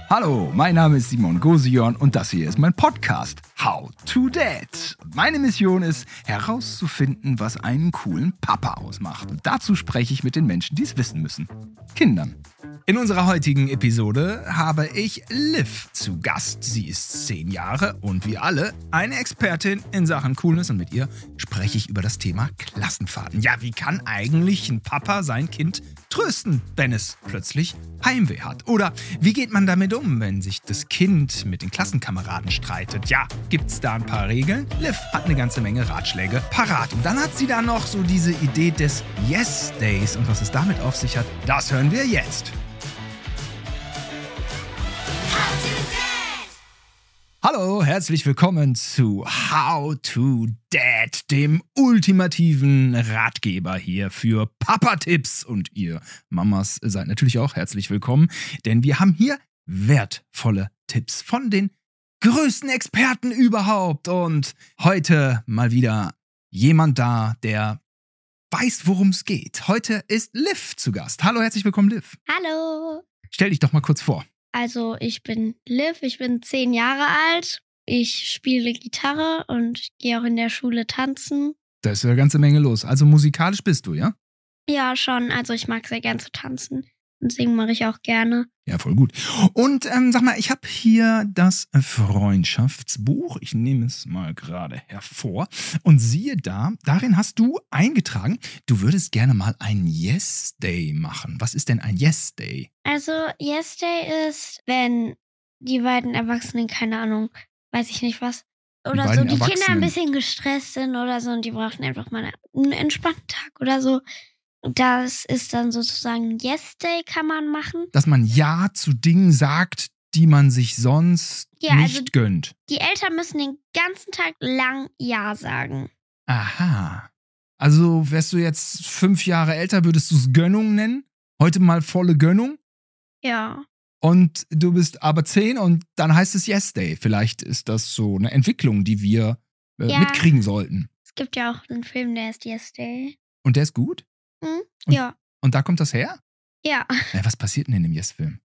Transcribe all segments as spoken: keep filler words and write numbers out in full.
Hallo, mein Name ist Simon Gosion und das hier ist mein Podcast How to Dad. Meine Mission ist, herauszufinden, was einen coolen Papa ausmacht. Und dazu spreche ich mit den Menschen, die es wissen müssen. Kindern. In unserer heutigen Episode habe ich Liv zu Gast. Sie ist zehn Jahre und wie alle eine Expertin in Sachen Coolness und mit ihr spreche ich über das Thema Klassenfahrten. Ja, wie kann eigentlich ein Papa sein Kind trösten, wenn es plötzlich Heimweh hat? Oder wie geht man damit um, wenn sich das Kind mit den Klassenkameraden streitet? Ja, gibt's da ein paar Regeln? Liv hat eine ganze Menge Ratschläge parat. Und dann hat sie da noch so diese Idee des Yes Days. Und was es damit auf sich hat, das hören wir jetzt. Hallo, herzlich willkommen zu How to Dad, dem ultimativen Ratgeber hier für Papa-Tipps. Und ihr Mamas seid natürlich auch herzlich willkommen, denn wir haben hier wertvolle Tipps von den größten Experten überhaupt. Und heute mal wieder jemand da, der weiß, worum es geht. Heute ist Liv zu Gast. Hallo, herzlich willkommen, Liv. Hallo. Stell dich doch mal kurz vor. Also ich bin Liv, ich bin zehn Jahre alt. Ich spiele Gitarre und gehe auch in der Schule tanzen. Da ist ja eine ganze Menge los. Also musikalisch bist du, ja? Ja, schon. Also ich mag sehr gern zu tanzen. Und singen mache ich auch gerne. Ja, voll gut. Und ähm, sag mal, ich habe hier das Freundschaftsbuch. Ich nehme es mal gerade hervor. Und siehe da, darin hast du eingetragen, du würdest gerne mal ein Yes Day machen. Was ist denn ein Yes Day? Also Yes Day ist, wenn die beiden Erwachsenen, keine Ahnung, weiß ich nicht was, oder Die so, beiden die Kinder ein Erwachsenen. bisschen gestresst sind oder so und die brauchen einfach mal einen entspannten Tag oder so. Das ist dann sozusagen Yes Day, kann man machen. Dass man Ja zu Dingen sagt, die man sich sonst Ja, nicht also gönnt. die Eltern müssen den ganzen Tag lang Ja sagen. Aha. Also wärst du jetzt fünf Jahre älter, würdest du es Gönnung nennen? Heute mal volle Gönnung? Ja. Und du bist aber zehn und dann heißt es Yes Day. Vielleicht ist das so eine Entwicklung, die wir äh, Ja. mitkriegen sollten. Es gibt ja auch einen Film, der ist Yes Day. Und der ist gut? Hm? Und- Ja. Und da kommt das her? Ja. Na, was passiert denn in dem Yes-Film?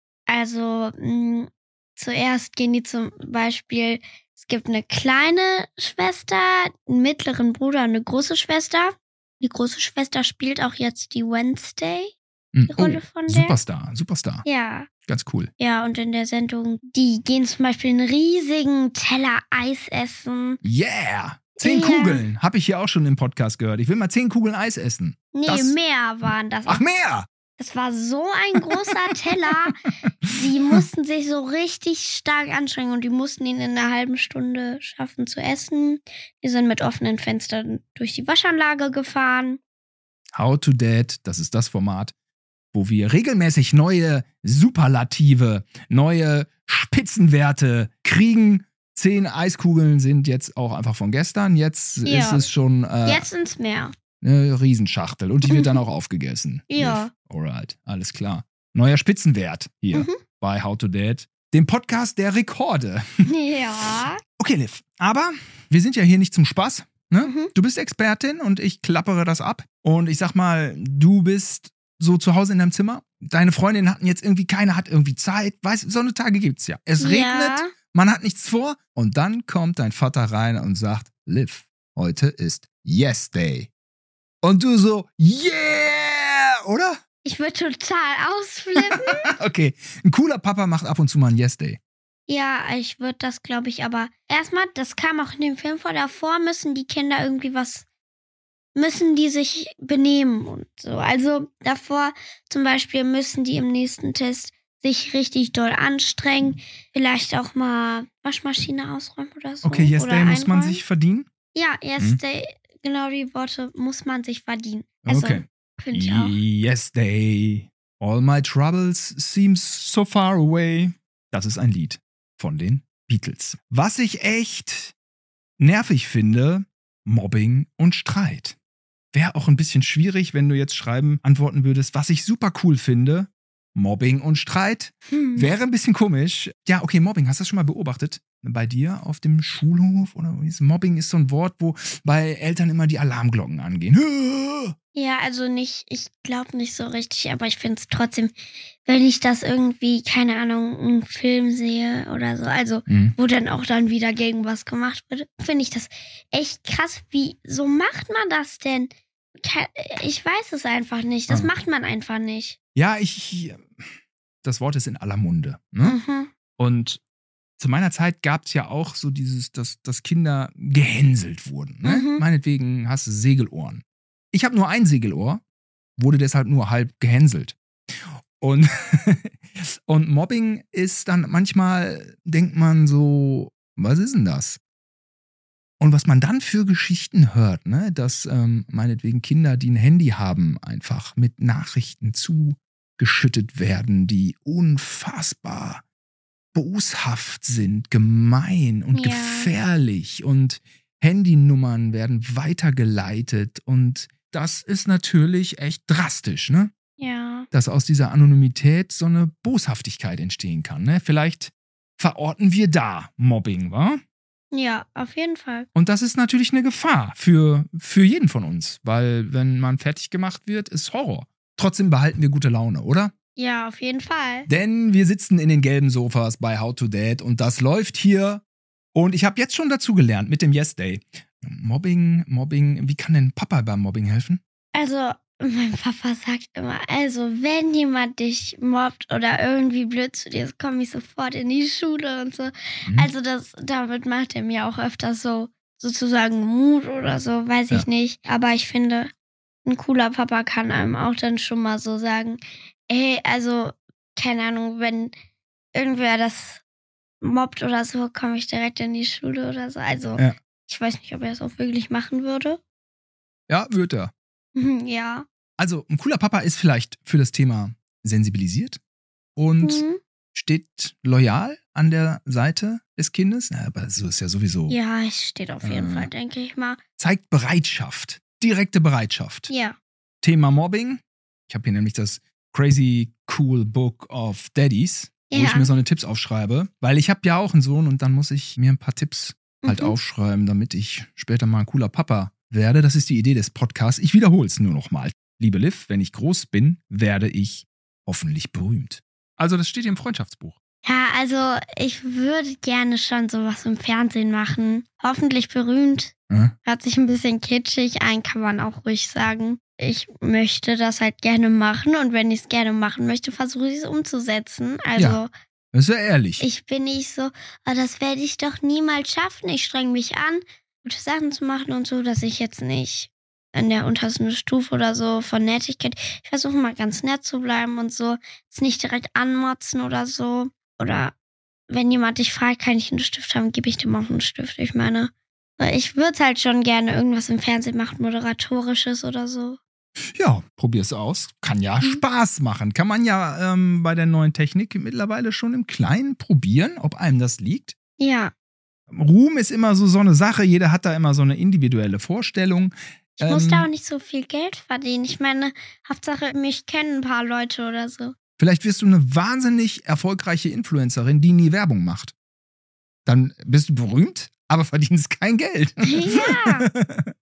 Also mh, zuerst gehen die zum Beispiel, es gibt eine kleine Schwester, einen mittleren Bruder und eine große Schwester. Die große Schwester spielt auch jetzt die Wednesday. Hm, Die Rolle von der? Superstar, Superstar. Ja. Ganz cool. Ja, und in der Sendung, die gehen zum Beispiel einen riesigen Teller Eis essen. Yeah! Zehn Ja. Kugeln. Habe ich hier auch schon im Podcast gehört. Ich will mal zehn Kugeln Eis essen. Nee, Das- mehr waren das. Ach, mehr! Das war so ein großer Teller. Die mussten sich so richtig stark anstrengen und die mussten ihn in einer halben Stunde schaffen zu essen. Wir sind mit offenen Fenstern durch die Waschanlage gefahren. How to Dad, das ist das Format, wo wir regelmäßig neue Superlative, neue Spitzenwerte kriegen. Zehn Eiskugeln sind jetzt auch einfach von gestern. Jetzt Ja. ist es schon äh, Jetzt ins Meer. eine Riesenschachtel und die wird dann auch aufgegessen. Ja. Liv. Alright, alles klar. Neuer Spitzenwert hier Mhm. bei How to Dad, dem Podcast der Rekorde. Ja. Okay, Liv, aber wir sind ja hier nicht zum Spaß. Ne? Mhm. Du bist Expertin und ich klappere das ab. Und ich sag mal, du bist so zu Hause in deinem Zimmer. Deine Freundin hatten jetzt irgendwie, keiner hat irgendwie Zeit. Weißt du, so eine Tage gibt's ja. Es regnet, Ja. man hat nichts vor. Und dann kommt dein Vater rein und sagt, Liv, heute ist Yes Day. Und du so, yeah, oder? Ich würde total ausflippen. Okay, ein cooler Papa macht ab und zu mal ein Yes Day. Ja, ich würde das, glaube ich, aber erstmal, das kam auch in dem Film vor, davor müssen die Kinder irgendwie was, müssen die sich benehmen und so. Also davor zum Beispiel müssen die im nächsten Test sich richtig doll anstrengen, vielleicht auch mal Waschmaschine ausräumen oder so. Okay, Yes oder Day muss man einräumen. sich verdienen? Ja, Yes Hm. Day, genau die Worte, muss man sich verdienen. Also, Okay. finde ich auch. Yes Day, all my troubles seem so far away. Das ist ein Lied von den Beatles. Was ich echt nervig finde, Mobbing und Streit. Wäre auch ein bisschen schwierig, wenn du jetzt schreiben antworten würdest. Was ich super cool finde, Mobbing und Streit Hm. wäre ein bisschen komisch. Ja, okay, Mobbing, hast du das schon mal beobachtet? Bei dir auf dem Schulhof? Oder Mobbing ist so ein Wort, wo bei Eltern immer die Alarmglocken angehen. Ja, also nicht, ich glaube nicht so richtig, aber ich finde es trotzdem, wenn ich das irgendwie, keine Ahnung, einen Film sehe oder so, also Mhm. wo dann auch dann wieder gegen was gemacht wird, finde ich das echt krass. Wie, so macht man das denn? Ke- Ich weiß es einfach nicht. Das Ah. macht man einfach nicht. Ja, ich. Das Wort ist in aller Munde. Ne? Mhm. Und zu meiner Zeit gab es ja auch so dieses, dass, dass Kinder gehänselt wurden. Ne? Mhm. Meinetwegen hast du Segelohren. Ich habe nur ein Segelohr, wurde deshalb nur halb gehänselt. Und, und Mobbing ist dann manchmal, denkt man so, was ist denn das? Und was man dann für Geschichten hört, ne? Dass ähm, meinetwegen Kinder, die ein Handy haben, einfach mit Nachrichten zugeschüttet werden, die unfassbar boshaft sind, gemein und Ja. gefährlich, und Handynummern werden weitergeleitet, und das ist natürlich echt drastisch, ne? Ja. Dass aus dieser Anonymität so eine Boshaftigkeit entstehen kann, ne? Vielleicht verorten wir da Mobbing, wa? Ja, auf jeden Fall. Und das ist natürlich eine Gefahr für, für jeden von uns, weil wenn man fertig gemacht wird, ist Horror. Trotzdem behalten wir gute Laune, oder? Ja, auf jeden Fall. Denn wir sitzen in den gelben Sofas bei How to Dad und das läuft hier. Und ich habe jetzt schon dazu gelernt mit dem Yes Day. Mobbing, Mobbing, wie kann denn Papa beim Mobbing helfen? Also, mein Papa sagt immer, also wenn jemand dich mobbt oder irgendwie blöd zu dir ist, komme ich sofort in die Schule und so. Mhm. Also das, damit macht er mir auch öfters so sozusagen Mut oder so, weiß Ja. ich nicht. Aber ich finde, ein cooler Papa kann einem auch dann schon mal so sagen, ey, also, keine Ahnung, wenn irgendwer das mobbt oder so, komme ich direkt in die Schule oder so. Also, Ja. ich weiß nicht, ob er es auch wirklich machen würde. Ja, wird er. Ja. Also ein cooler Papa ist vielleicht für das Thema sensibilisiert und Mhm. steht loyal an der Seite des Kindes. Na, aber so ist ja sowieso. Ja, es steht auf jeden Äh. Fall, denke ich mal. Zeigt Bereitschaft, direkte Bereitschaft. Ja. Thema Mobbing. Ich habe hier nämlich das Crazy Cool Book of Daddies, wo Ja. ich mir so eine Tipps aufschreibe, weil ich habe ja auch einen Sohn und dann muss ich mir ein paar Tipps halt Mhm. aufschreiben, damit ich später mal ein cooler Papa werde. Das ist die Idee des Podcasts. Ich wiederhole es nur noch mal. Liebe Liv, wenn ich groß bin, werde ich hoffentlich berühmt. Also das steht hier im Freundschaftsbuch. Ja, also ich würde gerne schon sowas im Fernsehen machen. Hoffentlich berühmt. Äh? Hört sich ein bisschen kitschig an, kann man auch ruhig sagen. Ich möchte das halt gerne machen und wenn ich es gerne machen möchte, versuche ich es umzusetzen. Also Ja. Das ist ja ehrlich. ich bin nicht so, oh, das werde ich doch niemals schaffen. Ich strenge mich an, gute Sachen zu machen und so, dass ich jetzt nicht in der untersten Stufe oder so von Nettigkeit. Ich versuche mal ganz nett zu bleiben und so. Jetzt nicht direkt anmotzen oder so. Oder wenn jemand dich fragt, kann ich einen Stift haben, gebe ich dem auch einen Stift. Ich meine, ich würde halt schon gerne irgendwas im Fernsehen machen, Moderatorisches oder so. Ja, probier's aus. Kann ja Mhm. Spaß machen. Kann man ja ähm, bei der neuen Technik mittlerweile schon im Kleinen probieren, ob einem das liegt. Ja, Ruhm ist immer so, so eine Sache. Jeder hat da immer so eine individuelle Vorstellung. ich muss Ähm, da auch nicht so viel Geld verdienen. Ich meine, Hauptsache, mich kennen ein paar Leute oder so. Vielleicht wirst du eine wahnsinnig erfolgreiche Influencerin, die nie Werbung macht. Dann bist du berühmt, aber verdienst kein Geld. Ja.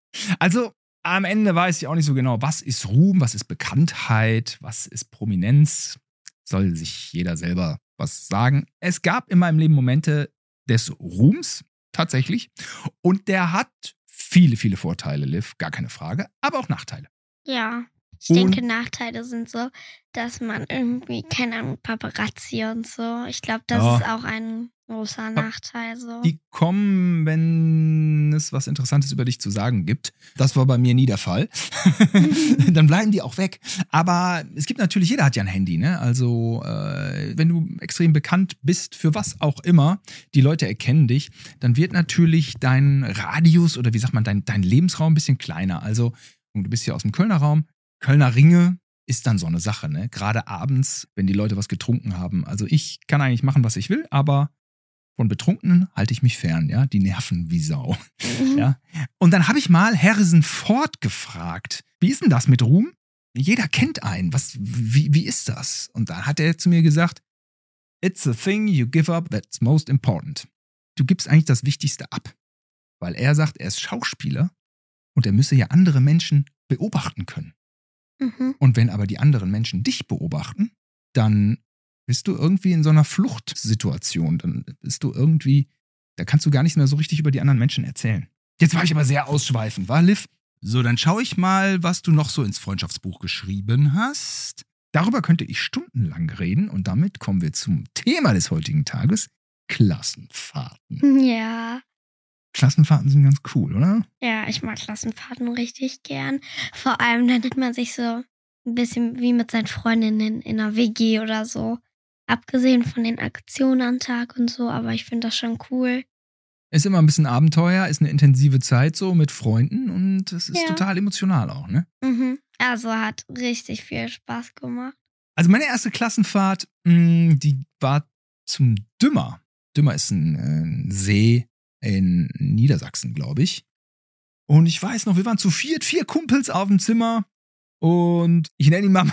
Also am Ende weiß ich auch nicht so genau, was ist Ruhm, was ist Bekanntheit, was ist Prominenz. Soll sich jeder selber was sagen. Es gab in meinem Leben Momente des Ruhms, tatsächlich. Und der hat viele, viele Vorteile, Liv, gar keine Frage, aber auch Nachteile. Ja, ich Und- denke, Nachteile sind so, dass man irgendwie, keine Ahnung, Paparazzi und so. Ich glaube, das Ja. ist auch ein großer Nachteil. So. Die kommen, wenn es was Interessantes über dich zu sagen gibt. Das war bei mir nie der Fall. Dann bleiben die auch weg. Aber es gibt natürlich, jeder hat ja ein Handy, ne? Also, äh, wenn du extrem bekannt bist, für was auch immer, die Leute erkennen dich, dann wird natürlich dein Radius oder wie sagt man, dein, dein Lebensraum ein bisschen kleiner. Also, du bist hier aus dem Kölner Raum. Kölner Ringe ist dann so eine Sache, ne? Gerade abends, wenn die Leute was getrunken haben. Also, ich kann eigentlich machen, was ich will, aber von Betrunkenen halte ich mich fern, ja. Die nerven wie Sau. Mhm. Ja. Und dann habe ich mal Harrison Ford gefragt, wie ist denn das mit Ruhm? jeder kennt einen. Was, wie, wie ist das? Und dann hat er zu mir gesagt, it's the thing you give up that's most important. Du gibst eigentlich das Wichtigste ab. Weil er sagt, er ist Schauspieler und er müsse ja andere Menschen beobachten können. Mhm. Und wenn aber die anderen Menschen dich beobachten, dann bist du irgendwie in so einer Fluchtsituation. Dann bist du irgendwie, da kannst du gar nicht mehr so richtig über die anderen Menschen erzählen. Jetzt war ich aber sehr ausschweifend, war Liv? So, dann schaue ich mal, was du noch so ins Freundschaftsbuch geschrieben hast. Darüber könnte ich stundenlang reden und damit kommen wir zum Thema des heutigen Tages, Klassenfahrten. Ja. Klassenfahrten sind ganz cool, oder? Ja, ich mag Klassenfahrten richtig gern. Vor allem, dann nimmt man sich so ein bisschen wie mit seinen Freundinnen in einer W G oder so. Abgesehen von den Aktionen am Tag und so, aber ich finde das schon cool. Ist immer ein bisschen Abenteuer, ist eine intensive Zeit so mit Freunden und es ist Ja. total emotional auch, ne? Mhm. Also hat richtig viel Spaß gemacht. Also meine erste Klassenfahrt, mh, die war zum Dümmer. Dümmer ist ein, äh, ein See in Niedersachsen, glaube ich. Und ich weiß noch, wir waren zu viert, vier Kumpels auf dem Zimmer und ich nenne ihn mal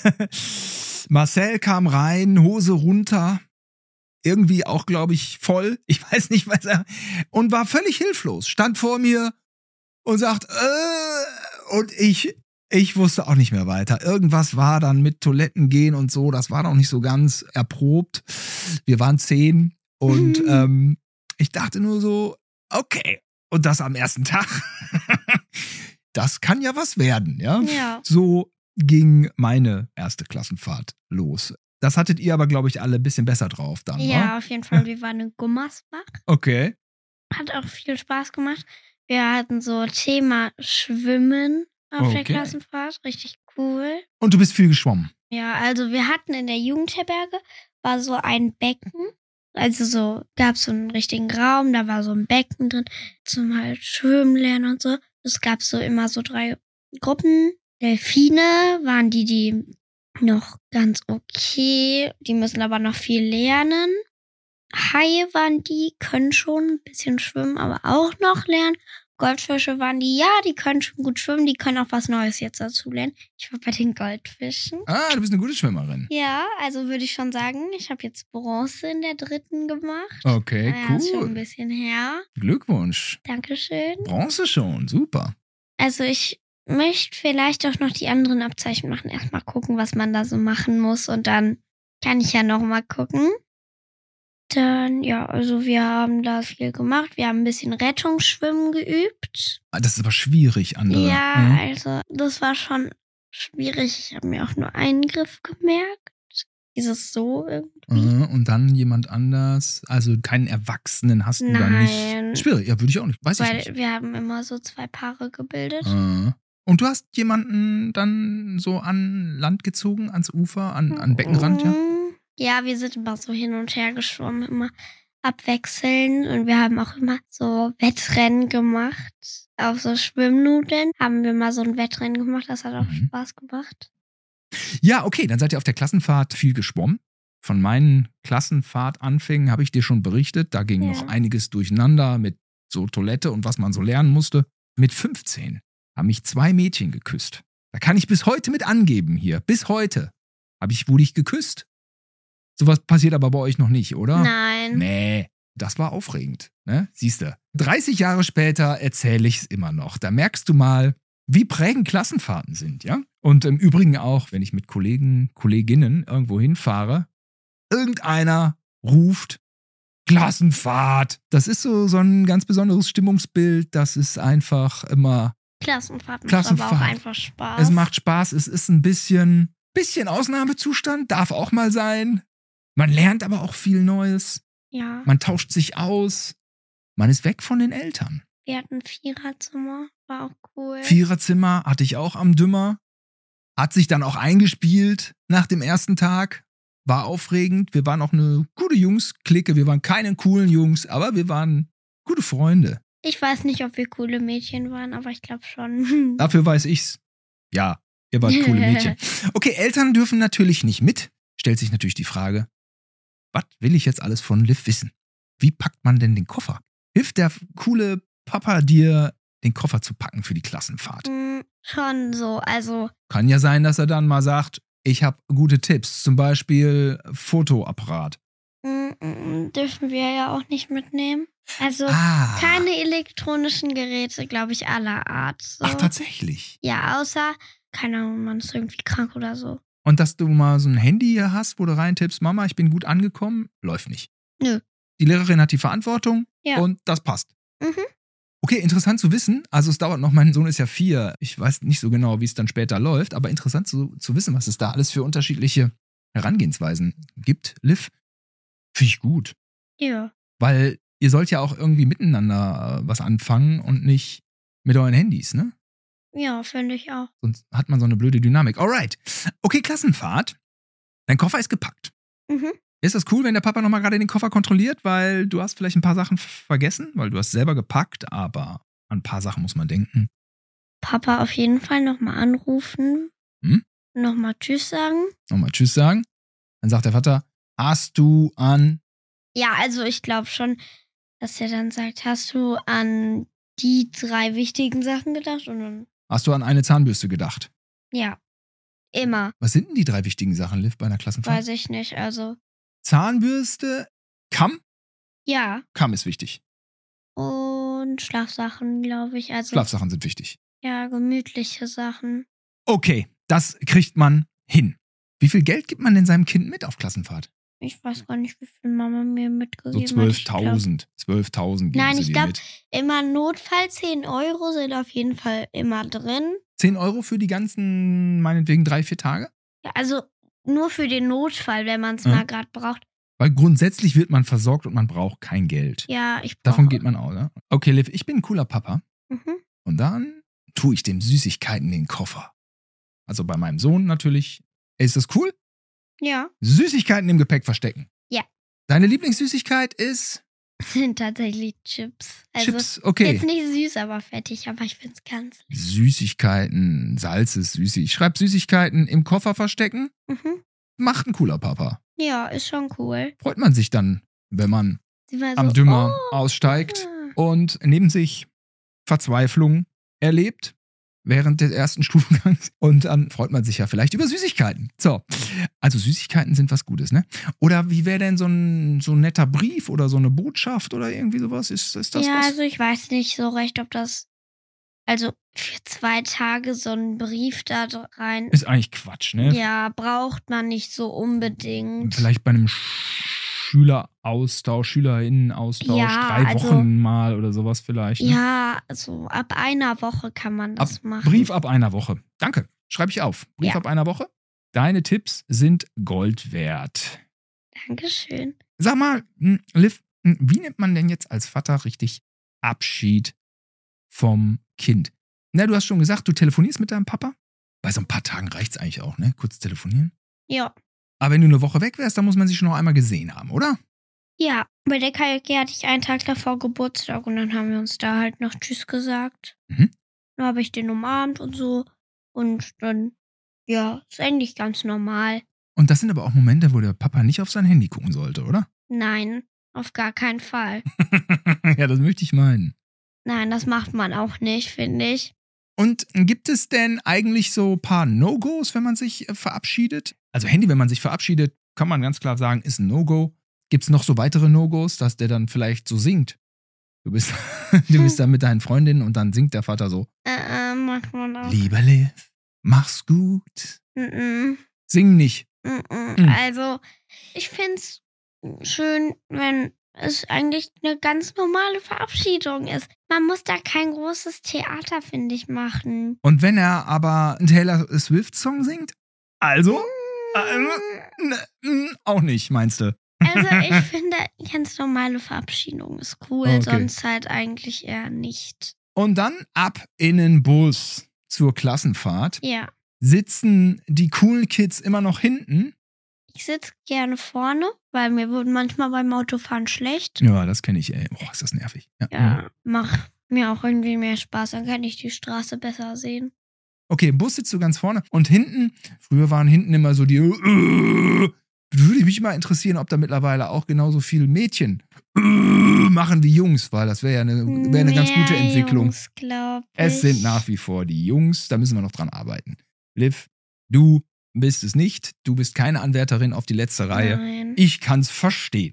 Marcel kam rein, Hose runter, irgendwie auch, glaube ich, voll. Ich weiß nicht, was er. Und war völlig hilflos. Stand vor mir und sagt, äh, und ich, ich wusste auch nicht mehr weiter. Irgendwas war dann mit Toiletten gehen und so. Das war noch nicht so ganz erprobt. Wir waren zehn und Mhm. ähm, ich dachte nur so, okay. Und das am ersten Tag. Das kann ja was werden, ja? Ja. So ging meine erste Klassenfahrt los. Das hattet ihr aber, glaube ich, alle ein bisschen besser drauf dann, Ja, wa? auf jeden Fall. Wir waren in Gummersbach. Okay. Hat auch viel Spaß gemacht. Wir hatten so Thema Schwimmen auf der Okay. Klassenfahrt. Richtig cool. Und du bist viel geschwommen. Ja, also wir hatten in der Jugendherberge war so ein Becken. Also so gab es so einen richtigen Raum, da war so ein Becken drin zum halt Schwimmen lernen und so. Es gab so immer so drei Gruppen. Delfine waren die, die noch ganz okay, die müssen aber noch viel lernen. Haie waren die, können schon ein bisschen schwimmen, aber auch noch lernen. Goldfische waren die, ja, die können schon gut schwimmen, die können auch was Neues jetzt dazu lernen. Ich war bei den Goldfischen. Ah, du bist eine gute Schwimmerin. Ja, also würde ich schon sagen, ich habe jetzt Bronze in der dritten gemacht. Okay, Naja, ist schon ein cool. bisschen her. Glückwunsch. Dankeschön. Bronze schon, super. Also ich möchte vielleicht auch noch die anderen Abzeichen machen. Erstmal gucken, was man da so machen muss und dann kann ich ja noch mal gucken. Dann, ja, also wir haben da viel gemacht. Wir haben ein bisschen Rettungsschwimmen geübt. Ah, das ist aber schwierig, andere. Ja, Mhm. also das war schon schwierig. Ich habe mir auch nur einen Griff gemerkt. Dieses so irgendwie. Mhm. Und dann jemand anders, also keinen Erwachsenen hast du da Nein. nicht. Schwierig, ja, würde ich auch nicht, weiß ich Weil nicht. wir haben immer so zwei Paare gebildet. Mhm. Und du hast jemanden dann so an Land gezogen, ans Ufer, an, an Beckenrand, ja? Mm, Ja, wir sind immer so hin und her geschwommen, immer abwechselnd. Und wir haben auch immer so Wettrennen gemacht. Auf so Schwimmnudeln haben wir mal so ein Wettrennen gemacht. Das hat auch Mhm. Spaß gemacht. Ja, okay, dann seid ihr auf der Klassenfahrt viel geschwommen. Von meinen Klassenfahrtanfängen habe ich dir schon berichtet. Da ging Ja. noch einiges durcheinander mit so Toilette und was man so lernen musste. Mit fünfzehn haben mich zwei Mädchen geküsst. Da kann ich bis heute mit angeben hier. Bis heute habe ich, wurde ich geküsst. Sowas passiert aber bei euch noch nicht, oder? Nein. Nee, das war aufregend. Ne? Siehst du, dreißig Jahre später erzähle ich es immer noch. Da merkst du mal, wie prägend Klassenfahrten sind, ja? Und im Übrigen auch, wenn ich mit Kollegen, Kolleginnen irgendwo hinfahre, irgendeiner ruft Klassenfahrt. Das ist so, so ein ganz besonderes Stimmungsbild. Das ist einfach immer, Klassenfahrt macht aber Klassenfahrt. auch einfach Spaß. es macht Spaß. Es ist ein bisschen, bisschen Ausnahmezustand, darf auch mal sein. Man lernt aber auch viel Neues. Ja, Man tauscht sich aus. Man ist weg von den Eltern. wir hatten Viererzimmer. War auch cool. Viererzimmer hatte ich auch am Dümmer. Hat sich dann auch eingespielt nach dem ersten Tag. War aufregend. Wir waren auch eine gute Jungs-Clique. Wir waren keine coolen Jungs, aber wir waren gute Freunde. Ich weiß nicht, ob wir coole Mädchen waren, aber ich glaube schon. Dafür weiß ich's. Ja, ihr wart coole Mädchen. Okay, Eltern dürfen natürlich nicht mit. Stellt sich natürlich die Frage, was will ich jetzt alles von Liv wissen? Wie packt man denn den Koffer? Hilft der coole Papa dir, den Koffer zu packen für die Klassenfahrt? Mm, schon so. Also, Kann ja sein, dass er dann mal sagt, ich habe gute Tipps, zum Beispiel Fotoapparat. mm, mm, dürfen wir ja auch nicht mitnehmen. Also, Ah, keine elektronischen Geräte, glaube ich, aller Art. So. ach tatsächlich. Ja, außer, keine Ahnung, man ist irgendwie krank oder so. Und dass du mal so ein Handy hier hast, wo du reintippst, Mama, ich bin gut angekommen, läuft nicht. Nö. Die Lehrerin hat die Verantwortung Ja. und das passt. Mhm. Okay, interessant zu wissen. Also es dauert noch, mein Sohn ist ja vier. Ich weiß nicht so genau, wie es dann später läuft, aber interessant zu, zu wissen, was es da alles für unterschiedliche Herangehensweisen gibt. Liv, finde ich gut. Ja. Weil ihr sollt ja auch irgendwie miteinander äh, was anfangen und nicht mit euren Handys, ne? Ja, finde ich auch. Sonst hat man so eine blöde Dynamik. Alright. Okay, Klassenfahrt. Dein Koffer ist gepackt. Mhm. Ist das cool, wenn der Papa nochmal gerade den Koffer kontrolliert, weil du hast vielleicht ein paar Sachen f- vergessen, weil du hast selber gepackt, aber an ein paar Sachen muss man denken. Papa auf jeden Fall nochmal anrufen. Hm? Nochmal Tschüss sagen. Nochmal Tschüss sagen. Dann sagt der Vater, hast du an... Ja, also ich glaube schon, dass er dann sagt, hast du an die drei wichtigen Sachen gedacht? Und dann, Hast du an eine Zahnbürste gedacht? ja, immer. Was sind denn die drei wichtigen Sachen, Liv, bei einer Klassenfahrt? Weiß ich nicht, also, Zahnbürste, Kamm. ja. Kamm ist wichtig. Und Schlafsachen, glaube ich. Also, Schlafsachen sind wichtig. ja, gemütliche Sachen. Okay, das kriegt man hin. Wie viel Geld gibt man denn seinem Kind mit auf Klassenfahrt? Ich weiß gar nicht, wie viel Mama mir So mitgegeben hat. Ich glaub, zwölftausend. zwölftausend geben Nein, sie ich dir glaub- mit. immer Notfall zehn Euro sind auf jeden Fall immer drin. zehn Euro für die ganzen, meinetwegen drei, vier Tage? Ja, also nur für den Notfall, wenn man es Ja. mal gerade braucht. Weil grundsätzlich wird man versorgt und man braucht kein Geld. Ja, ich brauche. Davon geht man aus, ne? Okay, Liv, ich bin ein cooler Papa. Mhm. Und dann tue ich dem Süßigkeiten in den Koffer. Also bei meinem Sohn natürlich. Ist das cool? Ja, Süßigkeiten im Gepäck verstecken. Ja. Deine Lieblingssüßigkeit ist sind tatsächlich Chips. Also Chips. Okay. jetzt nicht süß, aber fettig, aber ich finde es ganz lecker. Süßigkeiten, Salz ist süßig. Ich schreibe Süßigkeiten im Koffer verstecken. Mhm. Macht ein cooler Papa. Ja, ist schon cool. Freut man sich dann, wenn man Sie war am so, Dümmer oh, aussteigt ah. und neben sich Verzweiflung erlebt während des ersten Studiengangs und dann freut man sich ja vielleicht über Süßigkeiten. So, also Süßigkeiten sind was Gutes, ne? Oder wie wäre denn so ein, so ein netter Brief oder so eine Botschaft oder irgendwie sowas? Ist, ist das Ja, was? also ich weiß nicht so recht, ob das. Also für zwei Tage so einen Brief da rein. Ist eigentlich Quatsch, ne? Ja, braucht man nicht so unbedingt. Vielleicht bei einem Schüleraustausch, Schülerinnenaustausch, Ja, drei also- Wochen mal oder sowas vielleicht. Ne? Ja, also ab einer Woche kann man das Ab, machen. Brief ab einer Woche. Danke. Schreibe ich auf. Brief Ja. ab einer Woche. Deine Tipps sind Gold wert. Dankeschön. Sag mal, hm, Liv, hm, wie nimmt man denn jetzt als Vater richtig Abschied vom Kind? Na, du hast schon gesagt, du telefonierst mit deinem Papa. Bei so ein paar Tagen reicht es eigentlich auch, ne? Kurz telefonieren. Ja. Aber wenn du eine Woche weg wärst, dann muss man sich schon noch einmal gesehen haben, oder? Ja, bei der Karaoke hatte ich einen Tag davor Geburtstag und dann haben wir uns da halt noch Tschüss gesagt. Mhm. Dann habe ich den umarmt und so. Und dann, ja, ist eigentlich ganz normal. Und das sind aber auch Momente, wo der Papa nicht auf sein Handy gucken sollte, oder? Nein, auf gar keinen Fall. Ja, das möchte ich meinen. Nein, das macht man auch nicht, finde ich. Und gibt es denn eigentlich so ein paar No-Gos, wenn man sich äh, verabschiedet? Also Handy, wenn man sich verabschiedet, kann man ganz klar sagen, ist ein No-Go. Gibt es noch so weitere No-Gos, dass der dann vielleicht so singt? Du bist, du bist da mit deinen Freundinnen und dann singt der Vater so, Äh, äh macht man auch. lieber Liv, mach's gut. Mm-mm. Sing nicht. Mm-mm. Mhm. Also, ich finde es schön, wenn es eigentlich eine ganz normale Verabschiedung ist. Man muss da kein großes Theater, finde ich, machen. Und wenn er aber einen Taylor Swift-Song singt? Also? Also, Mm. n- n- auch nicht, meinst du? Also, ich finde, ganz normale Verabschiedung ist cool, Okay. sonst halt eigentlich eher nicht. Und dann ab in den Bus zur Klassenfahrt. Ja. Sitzen die coolen Kids immer noch hinten? Ich sitze gerne vorne, weil mir wird manchmal beim Autofahren schlecht. Ja, das kenne ich, ey. Boah, ist das nervig. Ja. Ja, macht mir auch irgendwie mehr Spaß. Dann kann ich die Straße besser sehen. Okay, im Bus sitzt du ganz vorne. Und hinten, früher waren hinten immer so die äh, würde mich mal interessieren, ob da mittlerweile auch genauso viele Mädchen äh, machen wie Jungs, weil das wäre ja eine, wär eine ganz gute Entwicklung. Jungs, glaub ich. Es sind nach wie vor die Jungs, da müssen wir noch dran arbeiten. Liv, du bist es nicht. Du bist keine Anwärterin auf die letzte Reihe. Nein. Ich kann's verstehen.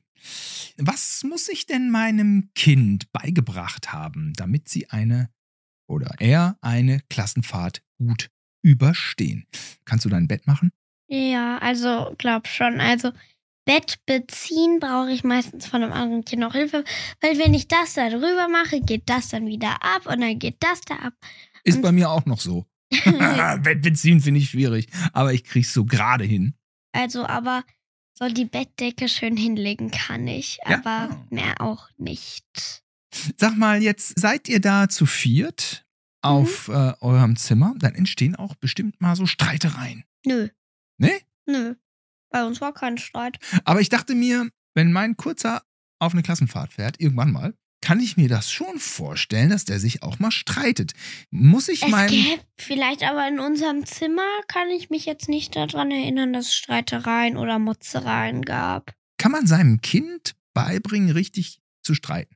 Was muss ich denn meinem Kind beigebracht haben, damit sie eine oder er eine Klassenfahrt gut überstehen? Kannst du dein Bett machen? Ja, also glaub schon. Also Bett beziehen brauche ich meistens von einem anderen Kind noch Hilfe, weil wenn ich das da drüber mache, geht das dann wieder ab und dann geht das da ab. Ist Und bei mir auch noch so. Bett beziehen finde ich schwierig, aber ich krieg's so gerade hin. Also, aber so die Bettdecke schön hinlegen kann ich, Ja. aber mehr auch nicht. Sag mal, jetzt seid ihr da zu viert auf äh, eurem Zimmer, dann entstehen auch bestimmt mal so Streitereien. Nö, Ne? nö. Bei uns war kein Streit. Aber ich dachte mir, wenn mein Kurzer auf eine Klassenfahrt fährt, irgendwann mal, kann ich mir das schon vorstellen, dass der sich auch mal streitet. Muss ich Es meinen... gäbe vielleicht, aber in unserem Zimmer kann ich mich jetzt nicht daran erinnern, dass es Streitereien oder Motzereien gab. Kann man seinem Kind beibringen, richtig zu streiten?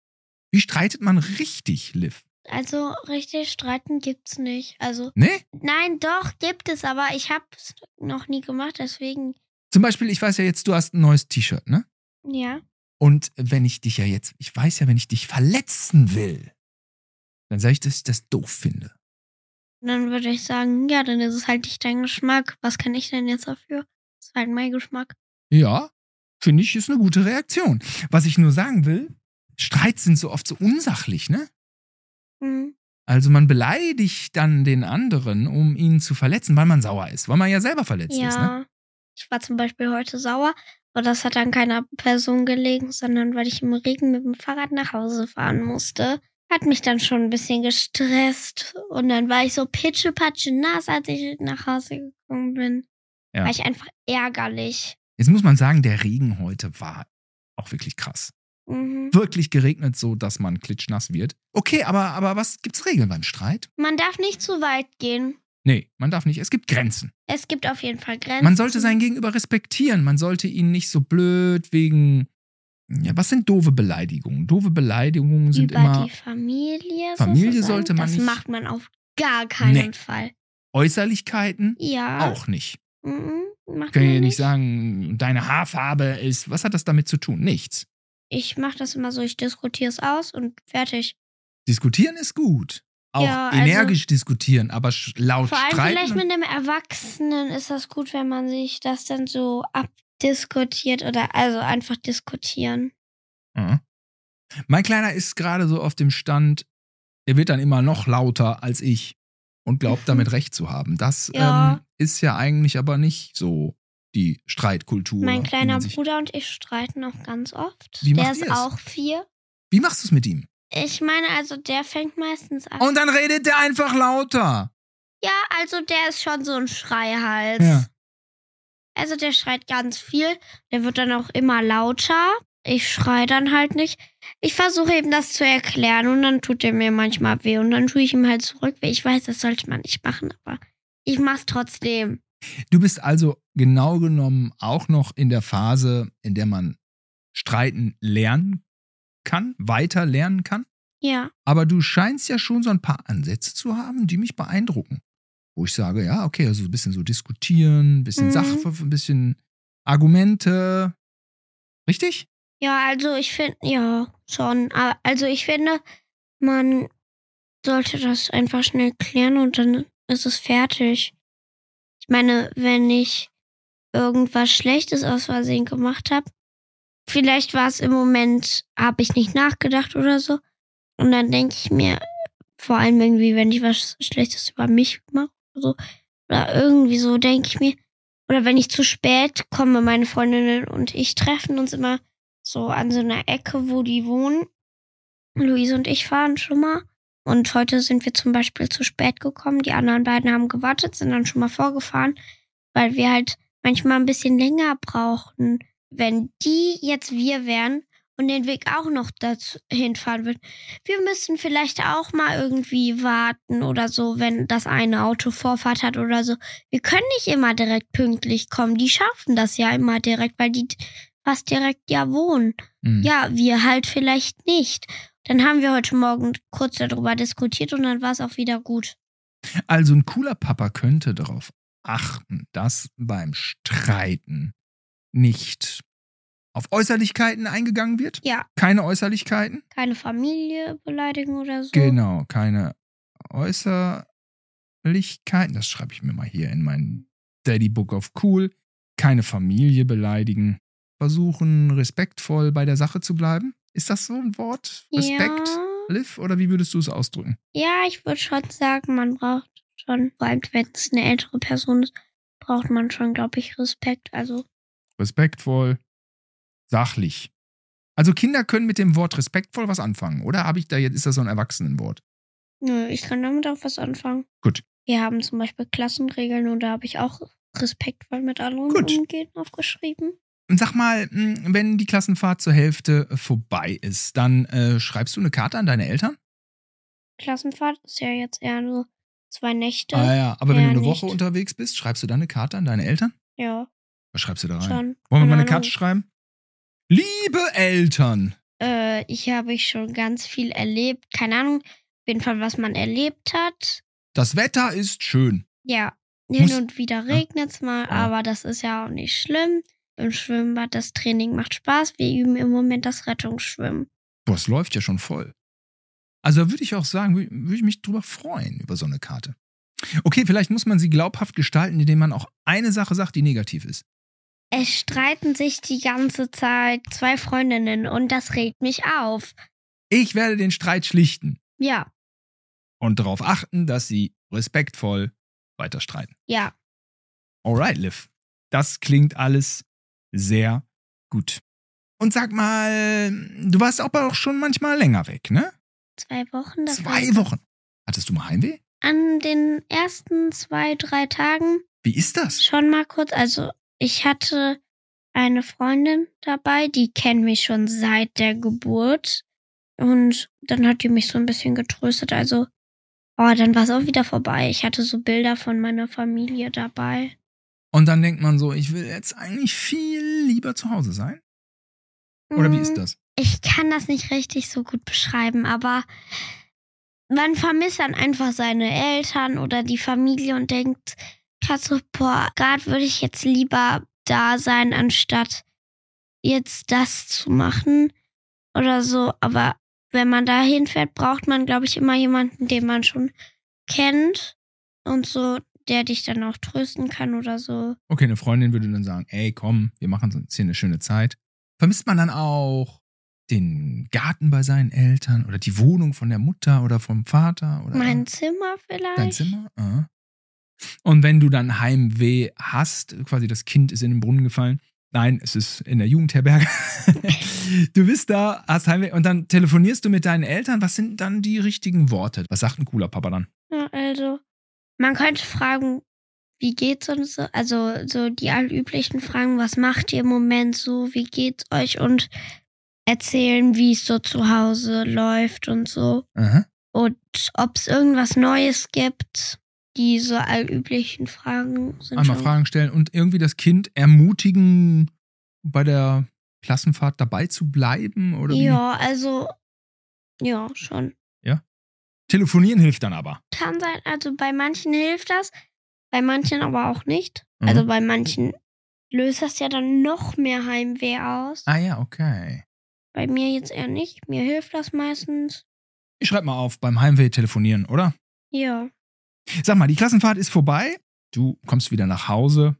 Wie streitet man richtig, Liv? Also richtig streiten gibt's nicht. Also Ne? nein, doch gibt es, aber ich hab's noch nie gemacht, deswegen Zum Beispiel, ich weiß ja jetzt, du hast ein neues T-Shirt, ne? ja. Und wenn ich dich ja jetzt, ich weiß ja, wenn ich dich verletzen will, dann sage ich, dass ich das doof finde. Und dann würde ich sagen, ja, dann ist es halt nicht dein Geschmack. Was kann ich denn jetzt dafür? Das ist halt mein Geschmack. Ja, finde ich, ist eine gute Reaktion. Was ich nur sagen will, Streits sind so oft so unsachlich, ne? Mhm. Also man beleidigt dann den anderen, um ihn zu verletzen, weil man sauer ist, weil man ja selber verletzt Ja. ist, ne? Ich war zum Beispiel heute sauer, aber das hat an keiner Person gelegen, sondern weil ich im Regen mit dem Fahrrad nach Hause fahren musste. Hat mich dann schon ein bisschen gestresst. Und dann war ich so pitschepatsche nass, als ich nach Hause gekommen bin. Ja. War ich einfach ärgerlich. Jetzt muss man sagen, der Regen heute war auch wirklich krass. Mhm. Wirklich geregnet, so dass man klitschnass wird. Okay, aber, aber was gibt's Regeln beim Streit? Man darf nicht zu weit gehen. Nee, man darf nicht. Es gibt Grenzen. Es gibt auf jeden Fall Grenzen. Man sollte sein Gegenüber respektieren. Man sollte ihn nicht so blöd wegen. Ja, was sind doofe Beleidigungen? Doofe Beleidigungen sind über immer die Familie. Familie sozusagen. sollte man das nicht- Das macht man auf gar keinen Nee. Fall. Äußerlichkeiten Ja. auch nicht. Mhm, macht Ich kann man ja nicht sagen, deine Haarfarbe ist. Was hat das damit zu tun? Nichts. Ich mache das immer so, ich diskutiere es aus und fertig. Diskutieren ist gut. Auch Ja, also- energisch diskutieren, aber sch- laut Vor allem streiten. vielleicht mit einem Erwachsenen ist das gut, wenn man sich das dann so abdiskutiert oder also einfach diskutieren. Mhm. Mein Kleiner ist gerade so auf dem Stand, er wird dann immer noch lauter als ich und glaubt damit recht zu haben. Das Ja. ähm, ist ja eigentlich aber nicht so die Streitkultur. Mein wie kleiner man sich- Bruder und ich streiten auch ganz oft. Wie der macht ist ihr es? auch vier. Wie machst du es mit ihm? Ich meine, also der fängt meistens an. Und dann redet er einfach lauter. Ja, also der ist schon so ein Schreihals. Ja. Also der schreit ganz viel. Der wird dann auch immer lauter. Ich schreie dann halt nicht. Ich versuche ihm das zu erklären und dann tut er mir manchmal weh und dann tue ich ihm halt zurück. Weil ich weiß, das sollte man nicht machen, aber ich mach's trotzdem. Du bist also genau genommen auch noch in der Phase, in der man streiten lernen kann, weiter lernen kann. Ja. Aber du scheinst ja schon so ein paar Ansätze zu haben, die mich beeindrucken. Wo ich sage, ja, okay, also ein bisschen so diskutieren, ein bisschen Mhm. Sachverf, ein bisschen Argumente. Richtig? Ja, also ich finde, ja, schon. Aber- Also ich finde, man sollte das einfach schnell klären und dann ist es fertig. Ich meine, wenn ich irgendwas Schlechtes aus Versehen gemacht habe, vielleicht war es im Moment, habe ich nicht nachgedacht oder so. Und dann denke ich mir, vor allem irgendwie, wenn ich was Schlechtes über mich mache oder so, oder irgendwie so, denke ich mir, oder wenn ich zu spät komme, meine Freundinnen und ich treffen uns immer so an so einer Ecke, wo die wohnen. Luise und ich fahren schon mal. Und heute sind wir zum Beispiel zu spät gekommen. Die anderen beiden haben gewartet, sind dann schon mal vorgefahren, weil wir halt manchmal ein bisschen länger brauchten. Wenn die jetzt wir wären und den Weg auch noch dazu hinfahren wird. Wir müssen vielleicht auch mal irgendwie warten oder so, wenn das eine Auto Vorfahrt hat oder so. Wir können nicht immer direkt pünktlich kommen. Die schaffen das ja immer direkt, weil die fast direkt ja wohnen. Mhm. Ja, wir halt vielleicht nicht. Dann haben wir heute Morgen kurz darüber diskutiert und dann war es auch wieder gut. Also ein cooler Papa könnte darauf achten, dass beim Streiten nicht auf Äußerlichkeiten eingegangen wird. Ja, Keine Äußerlichkeiten. keine Familie beleidigen oder so. Genau, keine Äußerlichkeiten. Das schreibe ich mir mal hier in mein Daddy Book of Cool. Keine Familie beleidigen. Versuchen, respektvoll bei der Sache zu bleiben. Ist das so ein Wort? Respekt, Ja, Liv? Oder wie würdest du es ausdrücken? ja, ich würde schon sagen, man braucht schon, vor allem wenn es eine ältere Person ist, braucht man schon, glaube ich, Respekt. Also, Respektvoll, sachlich. Also Kinder können mit dem Wort respektvoll was anfangen, oder? Habe ich da jetzt, ist das so ein Erwachsenenwort? nö, ich kann damit auch was anfangen. Gut. Wir haben zum Beispiel Klassenregeln und da habe ich auch respektvoll mit anderen Gut. umgehen aufgeschrieben. Und sag mal, mh, wenn die Klassenfahrt zur Hälfte vorbei ist, dann äh, schreibst du eine Karte an deine Eltern? Klassenfahrt ist ja jetzt eher nur zwei Nächte. Ah ja, aber wenn eher du eine Woche nicht. unterwegs bist, schreibst du dann eine Karte an deine Eltern? Ja, Was schreibst du da rein? schon. Wollen wir Keine mal eine Ahnung. Karte schreiben? Liebe Eltern! Äh, ich habe ich schon ganz viel erlebt. Keine Ahnung, auf jeden Fall, was man erlebt hat. Das Wetter ist schön. Ja, hin Muss- und wieder regnet's mal, Ja. aber das ist ja auch nicht schlimm. Im Schwimmbad, das Training macht Spaß. Wir üben im Moment das Rettungsschwimmen. Boah, es läuft ja schon voll. Also da würde ich auch sagen, wür- würde ich mich drüber freuen, über so eine Karte. Okay, vielleicht muss man sie glaubhaft gestalten, indem man auch eine Sache sagt, die negativ ist. Es streiten sich die ganze Zeit zwei Freundinnen und das regt mich auf. Ich werde den Streit schlichten Ja, und darauf achten, dass sie respektvoll weiter streiten. ja. Alright, Liv. Das klingt alles sehr gut. Und sag mal, du warst aber auch schon manchmal länger weg, ne? Zwei Wochen. Das Zwei war Wochen. Hattest du mal Heimweh? an den ersten zwei, drei Tagen Wie ist das? schon mal kurz. Also ich hatte eine Freundin dabei, die kennt mich schon seit der Geburt. Und dann hat die mich so ein bisschen getröstet. Also, oh, dann war es auch wieder vorbei. Ich hatte so Bilder von meiner Familie dabei. Und dann denkt man so, ich will jetzt eigentlich viel lieber zu Hause sein? Oder wie ist das? Ich kann das nicht richtig so gut beschreiben, aber man vermisst dann einfach seine Eltern oder die Familie und denkt gerade so, boah, gerade würde ich jetzt lieber da sein, anstatt jetzt das zu machen oder so. Aber wenn man da hinfährt, braucht man, glaube ich, immer jemanden, den man schon kennt und so, der dich dann auch trösten kann oder so. Okay, eine Freundin würde dann sagen, ey, komm, wir machen uns hier eine schöne Zeit. Vermisst man dann auch den Garten bei seinen Eltern oder die Wohnung von der Mutter oder vom Vater? Oder Mein Zimmer vielleicht? Dein Zimmer? Ah. Und wenn du dann Heimweh hast, quasi das Kind ist in den Brunnen gefallen, nein, es ist in der Jugendherberge, du bist da, hast Heimweh und dann telefonierst du mit deinen Eltern, was sind dann die richtigen Worte? Was sagt ein cooler Papa dann? Ja, also, man könnte fragen, wie geht's und so, also so die allüblichen Fragen, was macht ihr im Moment so, wie geht's euch und erzählen, wie es so zu Hause läuft und so. Aha. Und ob es irgendwas Neues gibt, diese allüblichen Fragen sind Einmal schon. Fragen stellen und irgendwie das Kind ermutigen, bei der Klassenfahrt dabei zu bleiben? Oder wie? Ja, also, ja, schon. Telefonieren hilft dann aber. Kann sein, also bei manchen hilft das, bei manchen aber auch nicht. Mhm. Also bei manchen löst das ja dann noch mehr Heimweh aus. Ah ja, okay. Bei mir jetzt eher nicht. Mir hilft das meistens. Ich schreib mal auf, beim Heimweh telefonieren, oder? Ja. Sag mal, die Klassenfahrt ist vorbei. Du kommst wieder nach Hause.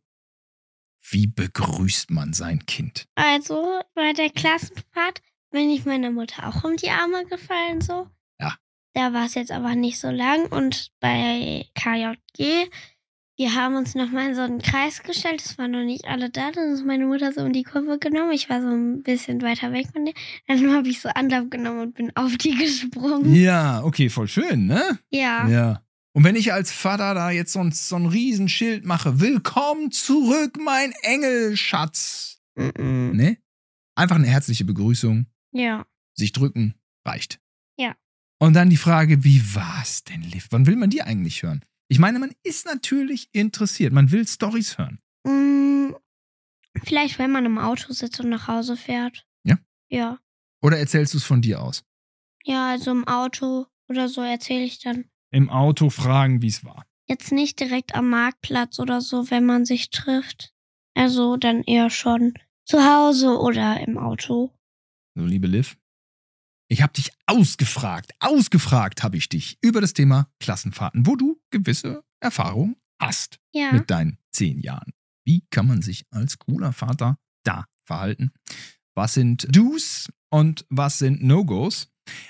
Wie begrüßt man sein Kind? Also bei der Klassenfahrt bin ich meiner Mutter auch um die Arme gefallen so. Ja. Da war es jetzt aber nicht so lang. Und bei K J G, wir haben uns nochmal in so einen Kreis gestellt. Es waren noch nicht alle da. Dann ist meine Mutter so um die Kurve genommen. Ich war so ein bisschen weiter weg von der. Dann habe ich so Anlauf genommen und bin auf die gesprungen. Ja, okay, voll schön, ne? Ja. Ja. Und wenn ich als Vater da jetzt so ein, so ein Riesenschild mache, willkommen zurück, mein Engelschatz. Mm-mm. Ne? Einfach eine herzliche Begrüßung. Ja. Sich drücken reicht. Ja. Und dann die Frage, wie war's denn, Liv? Wann will man die eigentlich hören? Ich meine, man ist natürlich interessiert. Man will Storys hören. Mm, vielleicht, wenn man im Auto sitzt und nach Hause fährt. Ja? Ja. Oder erzählst du es von dir aus? Ja, also im Auto oder so erzähle ich dann. Im Auto fragen, wie es war. Jetzt nicht direkt am Marktplatz oder so, wenn man sich trifft. Also dann eher schon zu Hause oder im Auto. So, liebe Liv, ich habe dich ausgefragt, ausgefragt habe ich dich über das Thema Klassenfahrten, wo du gewisse Erfahrungen hast Ja. mit deinen zehn Jahren. Wie kann man sich als cooler Vater da verhalten? Was sind Do's und was sind No-Gos?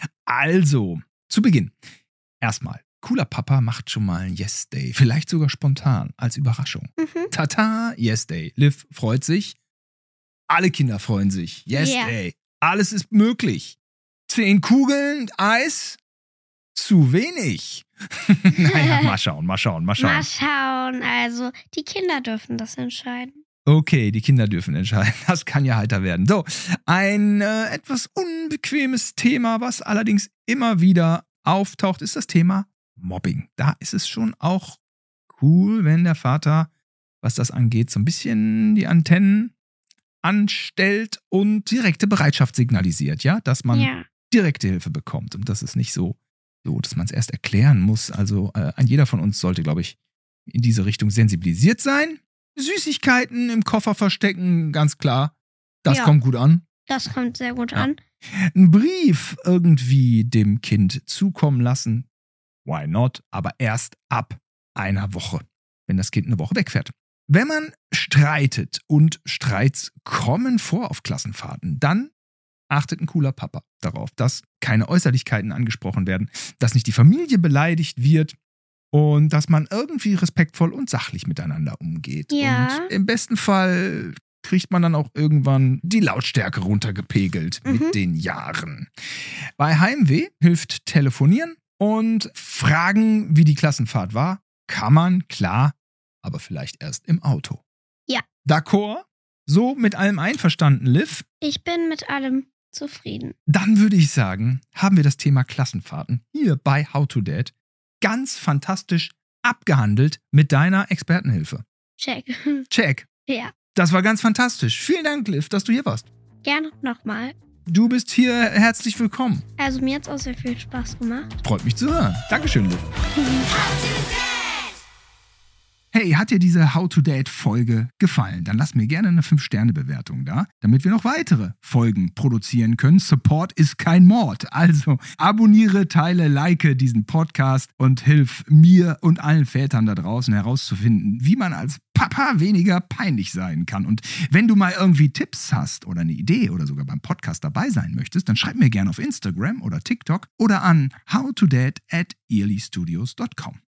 Also, zu Beginn. Erstmal, cooler Papa macht schon mal ein Yes-Day, vielleicht sogar spontan, als Überraschung. Mhm. Tata, Yes-Day. Liv freut sich. Alle Kinder freuen sich. Yes-Day. Ja. Alles ist möglich. Zehn Kugeln, Eis, zu wenig. Naja, mal schauen, mal schauen, mal schauen. Mal schauen. Also, die Kinder dürfen das entscheiden. Okay, die Kinder dürfen entscheiden. Das kann ja heiter werden. So, ein äh, etwas unbequemes Thema, was allerdings immer wieder auftaucht, ist das Thema Mobbing. Da ist es schon auch cool, wenn der Vater, was das angeht, so ein bisschen die Antennen anstellt und direkte Bereitschaft signalisiert, ja, dass man Ja. direkte Hilfe bekommt und das ist nicht so, so dass man es erst erklären muss. Also äh, ein jeder von uns sollte, glaube ich, in diese Richtung sensibilisiert sein. Süßigkeiten im Koffer verstecken, ganz klar. Das Ja. kommt gut an. Das kommt sehr gut Ja. an. Einen Brief irgendwie dem Kind zukommen lassen. Why not? Aber erst ab einer Woche, wenn das Kind eine Woche wegfährt. Wenn man streitet und Streits kommen vor auf Klassenfahrten, dann achtet ein cooler Papa darauf, dass keine Äußerlichkeiten angesprochen werden, dass nicht die Familie beleidigt wird und dass man irgendwie respektvoll und sachlich miteinander umgeht. Ja. Und im besten Fall kriegt man dann auch irgendwann die Lautstärke runtergepegelt Mhm. mit den Jahren. Bei Heimweh hilft telefonieren und fragen, wie die Klassenfahrt war. Kann man, klar, aber vielleicht erst im Auto. Ja. D'accord? So mit allem einverstanden, Liv? Ich bin mit allem zufrieden. Dann würde ich sagen, haben wir das Thema Klassenfahrten hier bei How to Dad ganz fantastisch abgehandelt mit deiner Expertenhilfe. Check. Check. Ja. Das war ganz fantastisch. Vielen Dank, Liv, dass du hier warst. Gerne nochmal. Du bist hier herzlich willkommen. Also mir hat es auch sehr viel Spaß gemacht. Freut mich zu hören. Dankeschön, Liv. Hey, hat dir diese How to Date Folge gefallen? Dann lass mir gerne eine fünf Sterne Bewertung da, damit wir noch weitere Folgen produzieren können. Support ist kein Mord. Also abonniere, teile, like diesen Podcast und hilf mir und allen Vätern da draußen herauszufinden, wie man als Papa weniger peinlich sein kann. Und wenn du mal irgendwie Tipps hast oder eine Idee oder sogar beim Podcast dabei sein möchtest, dann schreib mir gerne auf Instagram oder TikTok oder an howtodad at earlystudios dot com.